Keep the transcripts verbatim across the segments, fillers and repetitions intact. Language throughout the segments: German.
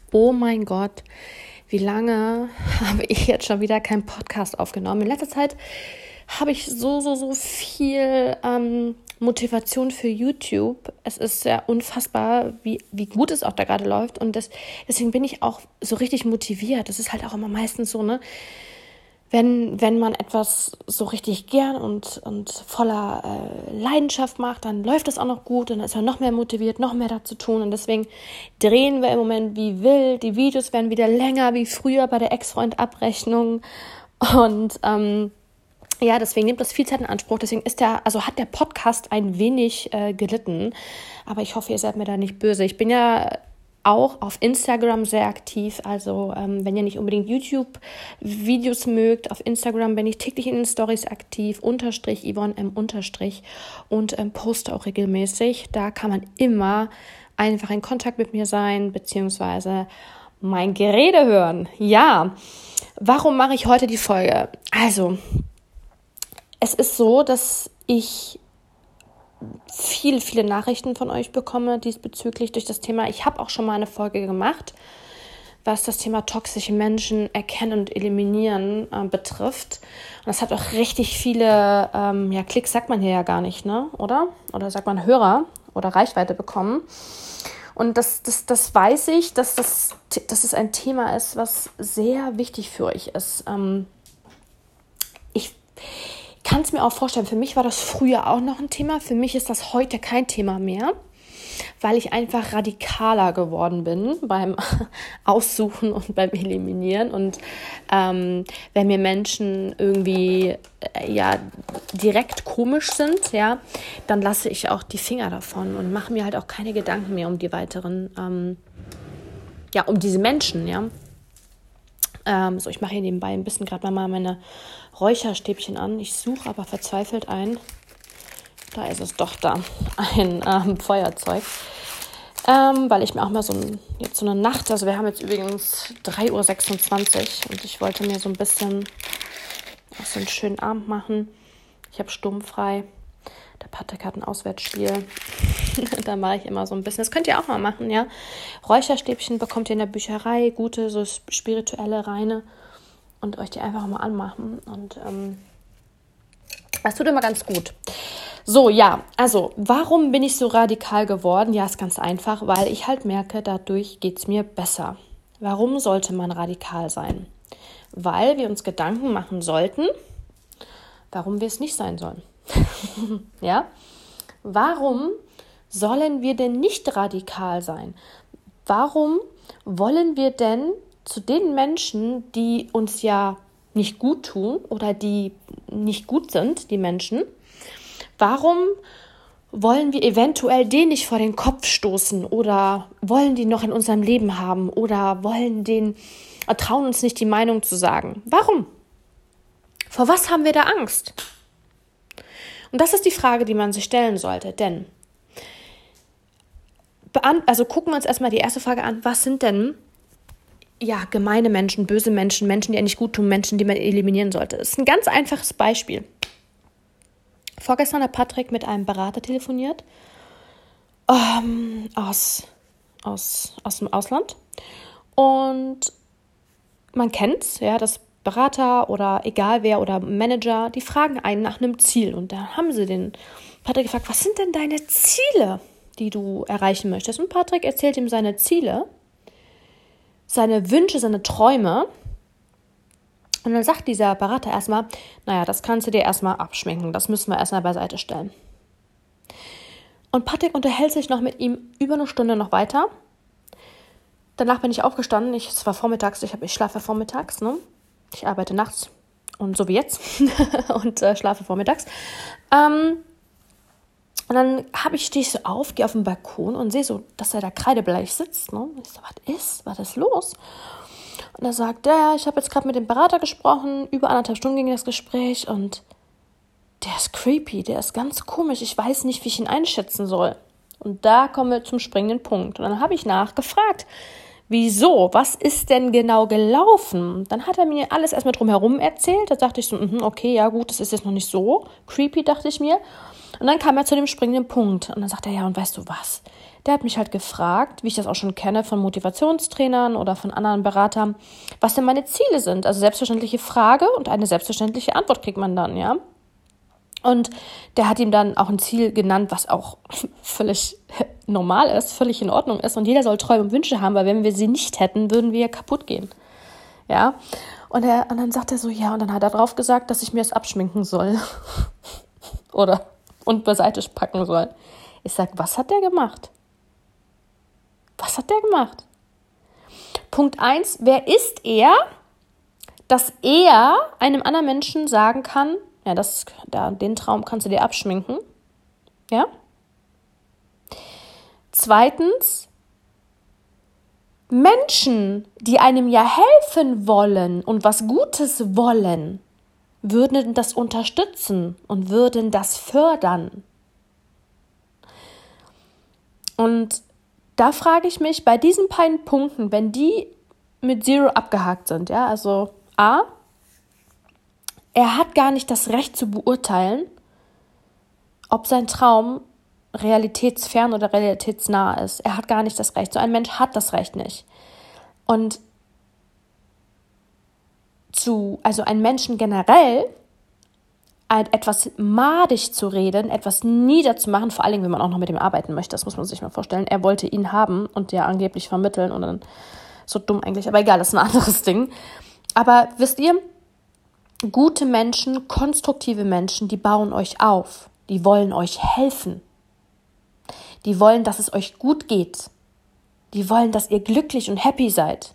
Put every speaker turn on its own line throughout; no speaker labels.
Oh mein Gott, wie lange habe ich jetzt schon wieder keinen Podcast aufgenommen? In letzter Zeit habe ich so, so, so viel ähm, Motivation für YouTube. Es ist sehr unfassbar, wie, wie gut es auch da gerade läuft. Und das, deswegen bin ich auch so richtig motiviert. Das ist halt auch immer meistens so, ne? Wenn, wenn man etwas so richtig gern und, und voller äh, Leidenschaft macht, dann läuft es auch noch gut und dann ist man noch mehr motiviert, noch mehr da zu tun. Und deswegen drehen wir im Moment wie wild. Die Videos werden wieder länger wie früher bei der Ex-Freund-Abrechnung. Und ähm, ja, deswegen nimmt das viel Zeit in Anspruch. Deswegen ist der, also hat der Podcast ein wenig äh, gelitten. Aber ich hoffe, ihr seid mir da nicht böse. Ich bin ja auch auf Instagram sehr aktiv, also ähm, wenn ihr nicht unbedingt YouTube-Videos mögt, auf Instagram bin ich täglich in den Stories aktiv, unterstrich Yvonne M. unterstrich und ähm, poste auch regelmäßig. Da kann man immer einfach in Kontakt mit mir sein, beziehungsweise mein Gerede hören. Ja, warum mache ich heute die Folge? Also, es ist so, dass ich viele, viele Nachrichten von euch bekomme diesbezüglich durch das Thema. Ich habe auch schon mal eine Folge gemacht, was das Thema toxische Menschen erkennen und eliminieren äh, betrifft. Und das hat auch richtig viele, ähm, ja, Klicks sagt man hier ja gar nicht, ne? Oder? Oder sagt man Hörer oder Reichweite bekommen. Und das, das, das weiß ich, dass das, dass es ein Thema ist, was sehr wichtig für euch ist. Ähm, ich kann es mir auch vorstellen, für mich war das früher auch noch ein Thema. Für mich ist das heute kein Thema mehr, weil ich einfach radikaler geworden bin beim Aussuchen und beim Eliminieren. Und ähm, wenn mir Menschen irgendwie äh, ja, direkt komisch sind, ja, dann lasse ich auch die Finger davon und mache mir halt auch keine Gedanken mehr um die weiteren, ähm, ja, um diese Menschen, ja. Ähm, so, ich mache hier nebenbei ein bisschen gerade mal meine Räucherstäbchen an. Ich suche aber verzweifelt ein, da ist es doch da, ein ähm, Feuerzeug. Ähm, weil ich mir auch mal so ein, jetzt so eine Nacht, also wir haben jetzt übrigens drei Uhr sechsundzwanzig und ich wollte mir so ein bisschen auch so einen schönen Abend machen. Ich habe sturmfrei. Der Patrick hat ein Auswärtsspiel. Da mache ich immer so ein bisschen. Das könnt ihr auch mal machen, ja. Räucherstäbchen bekommt ihr in der Bücherei, gute, so spirituelle, reine. Und euch die einfach mal anmachen. Und ähm, das tut immer ganz gut. So, ja, also, warum bin ich so radikal geworden? Ja, ist ganz einfach, weil ich halt merke, dadurch geht es mir besser. Warum sollte man radikal sein? Weil wir uns Gedanken machen sollten, warum wir es nicht sein sollen. Ja? Warum sollen wir denn nicht radikal sein? Warum wollen wir denn zu den Menschen, die uns ja nicht gut tun oder die nicht gut sind, die Menschen, warum wollen wir eventuell denen nicht vor den Kopf stoßen oder wollen die noch in unserem Leben haben oder wollen denen, trauen uns nicht die Meinung zu sagen? Warum? Vor was haben wir da Angst? Und das ist die Frage, die man sich stellen sollte, denn also gucken wir uns erstmal die erste Frage an, was sind denn ja, gemeine Menschen, böse Menschen, Menschen, die eigentlich gut tun, Menschen, die man eliminieren sollte. Das ist ein ganz einfaches Beispiel. Vorgestern hat Patrick mit einem Berater telefoniert ähm, aus, aus, aus dem Ausland. Und man kennt's, ja, dass Berater oder egal wer oder Manager, die fragen einen nach einem Ziel. Und da haben sie den Patrick gefragt, was sind denn deine Ziele, die du erreichen möchtest? Und Patrick erzählt ihm seine Ziele, seine Wünsche, seine Träume. Und dann sagt dieser Berater erstmal, naja, das kannst du dir erstmal abschminken, das müssen wir erstmal beiseite stellen. Und Patrick unterhält sich noch mit ihm über eine Stunde noch weiter. Danach bin ich aufgestanden, ich, es war vormittags, ich, hab, ich schlafe vormittags, ne? Ich arbeite nachts und so wie jetzt und äh, schlafe vormittags. Ähm, Und dann habe ich, stehe ich so auf, gehe auf den Balkon und sehe so, dass er da kreidebleich sitzt. Ne? Ich so, was ist? Was ist los? Und er sagt, ja, ich habe jetzt gerade mit dem Berater gesprochen, über anderthalb Stunden ging das Gespräch und der ist creepy, der ist ganz komisch. Ich weiß nicht, wie ich ihn einschätzen soll. Und da kommen wir zum springenden Punkt. Und dann habe ich nachgefragt, wieso? Was ist denn genau gelaufen? Dann hat er mir alles erstmal drumherum erzählt. Da dachte ich so, okay, ja gut, das ist jetzt noch nicht so creepy, dachte ich mir. Und dann kam er zu dem springenden Punkt. Und dann sagt er, ja, und weißt du was? der hat mich halt gefragt, wie ich das auch schon kenne von Motivationstrainern oder von anderen Beratern, was denn meine Ziele sind. Also selbstverständliche Frage und eine selbstverständliche Antwort kriegt man dann, ja. Und der hat ihm dann auch ein Ziel genannt, was auch völlig normal ist, völlig in Ordnung ist. Und jeder soll Träume und Wünsche haben, weil wenn wir sie nicht hätten, würden wir kaputt gehen. Ja. Und, er, und dann sagt er so, ja, und dann hat er drauf gesagt, dass ich mir das abschminken soll. Oder und beiseite packen soll. Ich sage, was hat der gemacht? Was hat der gemacht? Punkt eins, wer ist er, dass er einem anderen Menschen sagen kann, ja, das, da, den Traum kannst du dir abschminken. Ja? Zweitens, Menschen, die einem ja helfen wollen und was Gutes wollen, würden das unterstützen und würden das fördern. Und da frage ich mich, bei diesen beiden Punkten, wenn die mit Zero abgehakt sind, ja, also A, er hat gar nicht das Recht zu beurteilen, ob sein Traum realitätsfern oder realitätsnah ist. Er hat gar nicht das Recht. So ein Mensch hat das Recht nicht. Und zu, also einen Menschen generell etwas madig zu reden, etwas niederzumachen, vor allem, wenn man auch noch mit ihm arbeiten möchte, das muss man sich mal vorstellen. Er wollte ihn haben und ja angeblich vermitteln und dann so dumm eigentlich, aber egal, das ist ein anderes Ding. Aber wisst ihr, gute Menschen, konstruktive Menschen, die bauen euch auf, die wollen euch helfen, die wollen, dass es euch gut geht, die wollen, dass ihr glücklich und happy seid.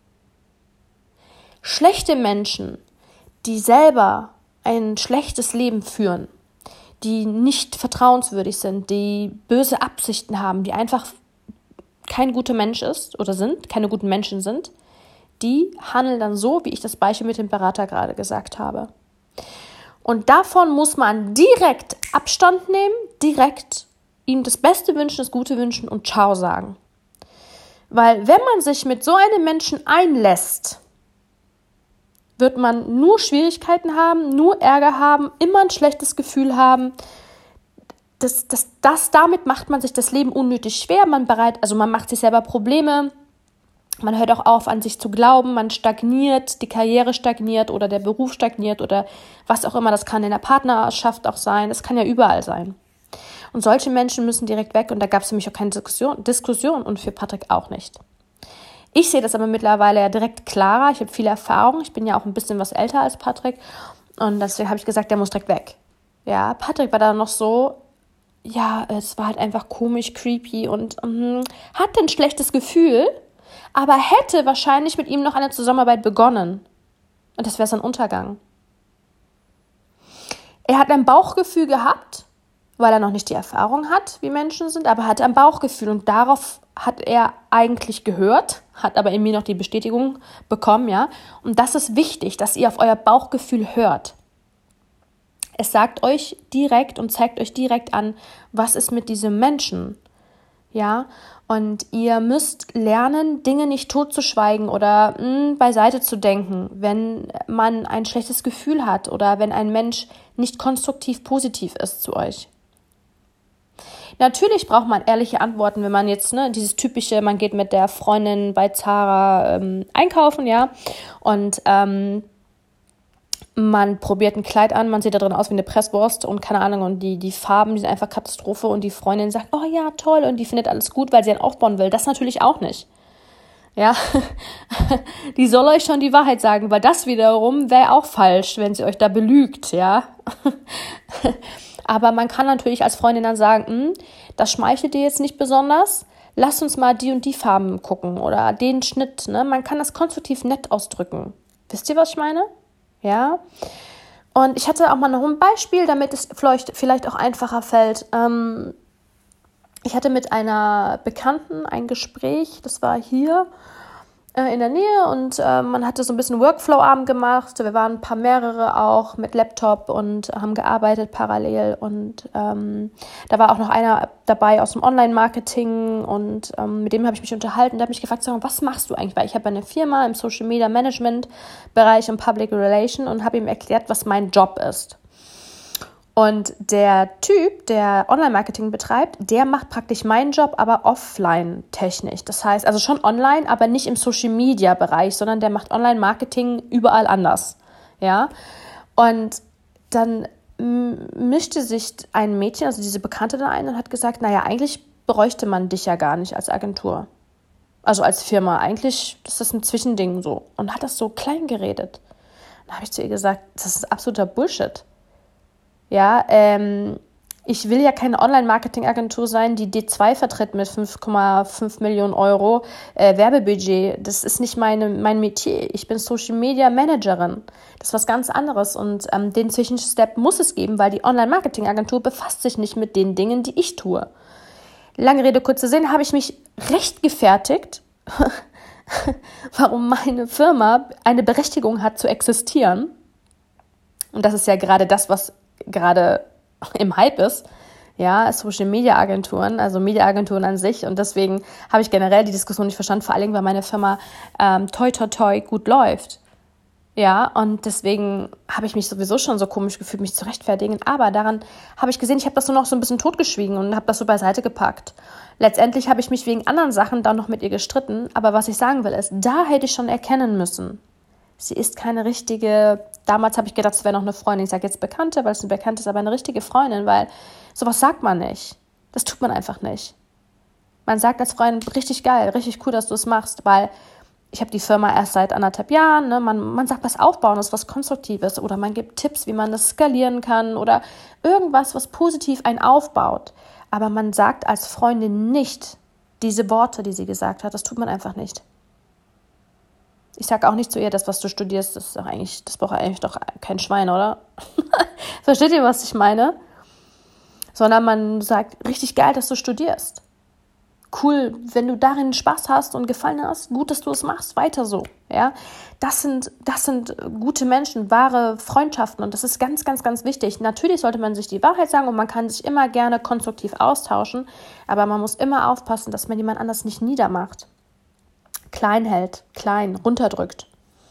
Schlechte Menschen, die selber ein schlechtes Leben führen, die nicht vertrauenswürdig sind, die böse Absichten haben, die einfach kein guter Mensch ist oder sind, keine guten Menschen sind, die handeln dann so, wie ich das Beispiel mit dem Berater gerade gesagt habe. Und davon muss man direkt Abstand nehmen, direkt ihm das Beste wünschen, das Gute wünschen und Ciao sagen. Weil wenn man sich mit so einem Menschen einlässt, wird man nur Schwierigkeiten haben, nur Ärger haben, immer ein schlechtes Gefühl haben. Das, das, das, damit macht man sich das Leben unnötig schwer. Man bereit, also man macht sich selber Probleme. Man hört auch auf, an sich zu glauben. Man stagniert, die Karriere stagniert oder der Beruf stagniert oder was auch immer. Das kann in der Partnerschaft auch sein. Das kann ja überall sein. Und solche Menschen müssen direkt weg. Und da gab es für mich auch keine Diskussion, Diskussion und für Patrick auch nicht. Ich sehe das aber mittlerweile ja direkt klarer. Ich habe viel Erfahrung. Ich bin ja auch ein bisschen was älter als Patrick. Und deswegen habe ich gesagt, der muss direkt weg. Ja, Patrick war da noch so, ja, es war halt einfach komisch, creepy und um, hatte ein schlechtes Gefühl, aber hätte wahrscheinlich mit ihm noch eine Zusammenarbeit begonnen. Und das wäre sein Untergang. Er hat ein Bauchgefühl gehabt, weil er noch nicht die Erfahrung hat, wie Menschen sind, aber er hatte ein Bauchgefühl und darauf hat er eigentlich gehört, hat aber in mir noch die Bestätigung bekommen, ja. Und das ist wichtig, dass ihr auf euer Bauchgefühl hört. Es sagt euch direkt und zeigt euch direkt an, was ist mit diesem Menschen, ja. Und ihr müsst lernen, Dinge nicht totzuschweigen oder mh, beiseite zu denken, wenn man ein schlechtes Gefühl hat oder wenn ein Mensch nicht konstruktiv positiv ist zu euch. Natürlich braucht man ehrliche Antworten, wenn man jetzt, ne, dieses typische, man geht mit der Freundin bei Zara ähm, einkaufen, ja, und ähm, man probiert ein Kleid an, man sieht da drin aus wie eine Presswurst und keine Ahnung, und die, die Farben, die sind einfach Katastrophe und die Freundin sagt, oh ja, toll, und die findet alles gut, weil sie einen aufbauen will. Das natürlich auch nicht. Ja, die soll euch schon die Wahrheit sagen, weil das wiederum wäre auch falsch, wenn sie euch da belügt, ja. Aber man kann natürlich als Freundin dann sagen, das schmeichelt dir jetzt nicht besonders, lass uns mal die und die Farben gucken oder den Schnitt, ne? Man kann das konstruktiv nett ausdrücken. Wisst ihr, was ich meine? Ja. Und ich hatte auch mal noch ein Beispiel, damit es vielleicht, vielleicht auch einfacher fällt. Ähm, ich hatte mit einer Bekannten ein Gespräch, das war hier äh, in der Nähe und äh, man hatte so ein bisschen Workflow-Abend gemacht. Wir waren ein paar mehrere auch mit Laptop und haben gearbeitet parallel und ähm, da war auch noch einer dabei aus dem Online-Marketing und ähm, mit dem habe ich mich unterhalten. Der hat mich gefragt, sag mal, was machst du eigentlich? Weil ich habe eine Firma im Social-Media-Management-Bereich und Public Relation und habe ihm erklärt, was mein Job ist. Und der Typ, der Online-Marketing betreibt, der macht praktisch meinen Job, aber offline-technisch. Das heißt, also schon online, aber nicht im Social-Media-Bereich, sondern der macht Online-Marketing überall anders. Ja? Und dann m- mischte sich ein Mädchen, also diese Bekannte da ein und hat gesagt, naja, eigentlich bräuchte man dich ja gar nicht als Agentur. Also als Firma. Eigentlich ist das ein Zwischending so. Und hat das so klein geredet. Dann habe ich zu ihr gesagt, das ist absoluter Bullshit. Ja, ähm, ich will ja keine Online-Marketing-Agentur sein, die D zwei vertritt mit fünf Komma fünf Millionen Euro äh, Werbebudget. Das ist nicht meine, mein Metier. Ich bin Social-Media-Managerin. Das ist was ganz anderes. Und ähm, den Zwischenstep muss es geben, weil die Online-Marketing-Agentur befasst sich nicht mit den Dingen, die ich tue. Lange Rede, kurzer Sinn, habe ich mich recht gefertigt, warum meine Firma eine Berechtigung hat zu existieren. Und das ist ja gerade das, was gerade im Hype ist, ja, Social-Media-Agenturen, also Media-Agenturen an sich. Und deswegen habe ich generell die Diskussion nicht verstanden, vor allem, weil meine Firma ähm, toi toi toi gut läuft. Ja, und deswegen habe ich mich sowieso schon so komisch gefühlt, mich zu rechtfertigen. Aber daran habe ich gesehen, ich habe das nur noch so ein bisschen totgeschwiegen und habe das so beiseite gepackt. Letztendlich habe ich mich wegen anderen Sachen dann noch mit ihr gestritten. Aber was ich sagen will ist, da hätte ich schon erkennen müssen, sie ist keine richtige, damals habe ich gedacht, es wäre noch eine Freundin, ich sage jetzt Bekannte, weil es eine Bekannte ist, aber eine richtige Freundin, weil sowas sagt man nicht. Das tut man einfach nicht. Man sagt als Freundin, richtig geil, richtig cool, dass du es machst, weil ich habe die Firma erst seit anderthalb Jahren, ne? man, man sagt was aufbauen, das ist was Konstruktives oder man gibt Tipps, wie man das skalieren kann oder irgendwas, was positiv einen aufbaut. Aber man sagt als Freundin nicht diese Worte, die sie gesagt hat, das tut man einfach nicht. Ich sage auch nicht zu ihr, das, was du studierst, das ist doch eigentlich, das braucht eigentlich doch kein Schwein, oder? Versteht ihr, was ich meine? Sondern man sagt, richtig geil, dass du studierst. Cool, wenn du darin Spaß hast und Gefallen hast, gut, dass du es machst, weiter so. Ja? Das sind, das sind gute Menschen, wahre Freundschaften und das ist ganz, ganz, ganz wichtig. Natürlich sollte man sich die Wahrheit sagen und man kann sich immer gerne konstruktiv austauschen, aber man muss immer aufpassen, dass man jemand anders nicht niedermacht. Klein hält, klein, runterdrückt.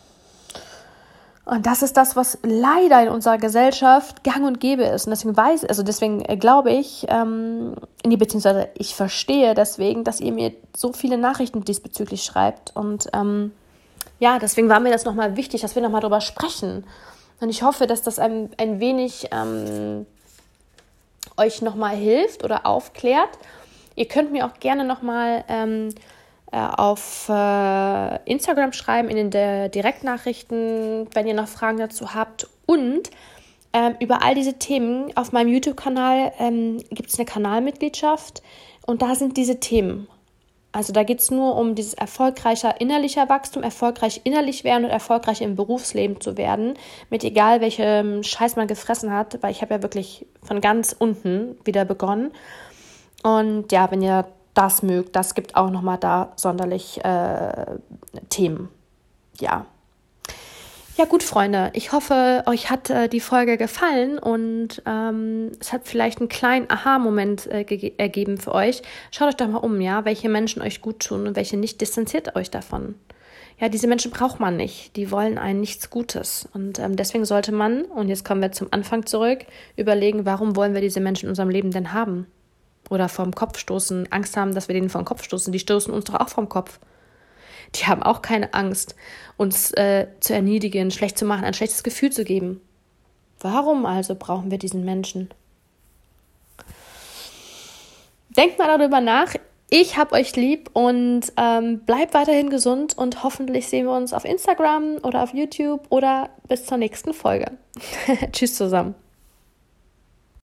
Und das ist das, was leider in unserer Gesellschaft gang und gäbe ist. Und deswegen weiß, also deswegen glaube ich, ähm, nee, beziehungsweise ich verstehe deswegen, dass ihr mir so viele Nachrichten diesbezüglich schreibt. Und ähm, ja, deswegen war mir das nochmal wichtig, dass wir nochmal drüber sprechen. Und ich hoffe, dass das ein, ein wenig ähm, euch nochmal hilft oder aufklärt. Ihr könnt mir auch gerne nochmal ähm, auf äh, Instagram schreiben, in den De- Direktnachrichten, wenn ihr noch Fragen dazu habt. Und ähm, über all diese Themen auf meinem YouTube-Kanal ähm, gibt es eine Kanalmitgliedschaft und da sind diese Themen. Also da geht es nur um dieses erfolgreicher innerlicher Wachstum, erfolgreich innerlich werden und erfolgreich im Berufsleben zu werden, mit egal welchem Scheiß man gefressen hat, weil ich habe ja wirklich von ganz unten wieder begonnen. Und ja, wenn ihr das mögt, das gibt auch nochmal da sonderlich äh, Themen. Ja. Ja gut, Freunde, ich hoffe, euch hat äh, die Folge gefallen und ähm, es hat vielleicht einen kleinen Aha-Moment äh, ge- ergeben für euch. Schaut euch doch mal um, ja, welche Menschen euch gut tun und welche nicht, distanziert euch davon. Ja, diese Menschen braucht man nicht, die wollen einen nichts Gutes und ähm, deswegen sollte man, und jetzt kommen wir zum Anfang zurück, überlegen, warum wollen wir diese Menschen in unserem Leben denn haben? Oder vorm Kopf stoßen, Angst haben, dass wir denen vor den Kopf stoßen. Die stoßen uns doch auch vom Kopf. Die haben auch keine Angst, uns äh, zu erniedrigen, schlecht zu machen, ein schlechtes Gefühl zu geben. Warum also brauchen wir diesen Menschen? Denkt mal darüber nach. Ich hab euch lieb und ähm, bleibt weiterhin gesund und hoffentlich sehen wir uns auf Instagram oder auf YouTube oder bis zur nächsten Folge. Tschüss zusammen.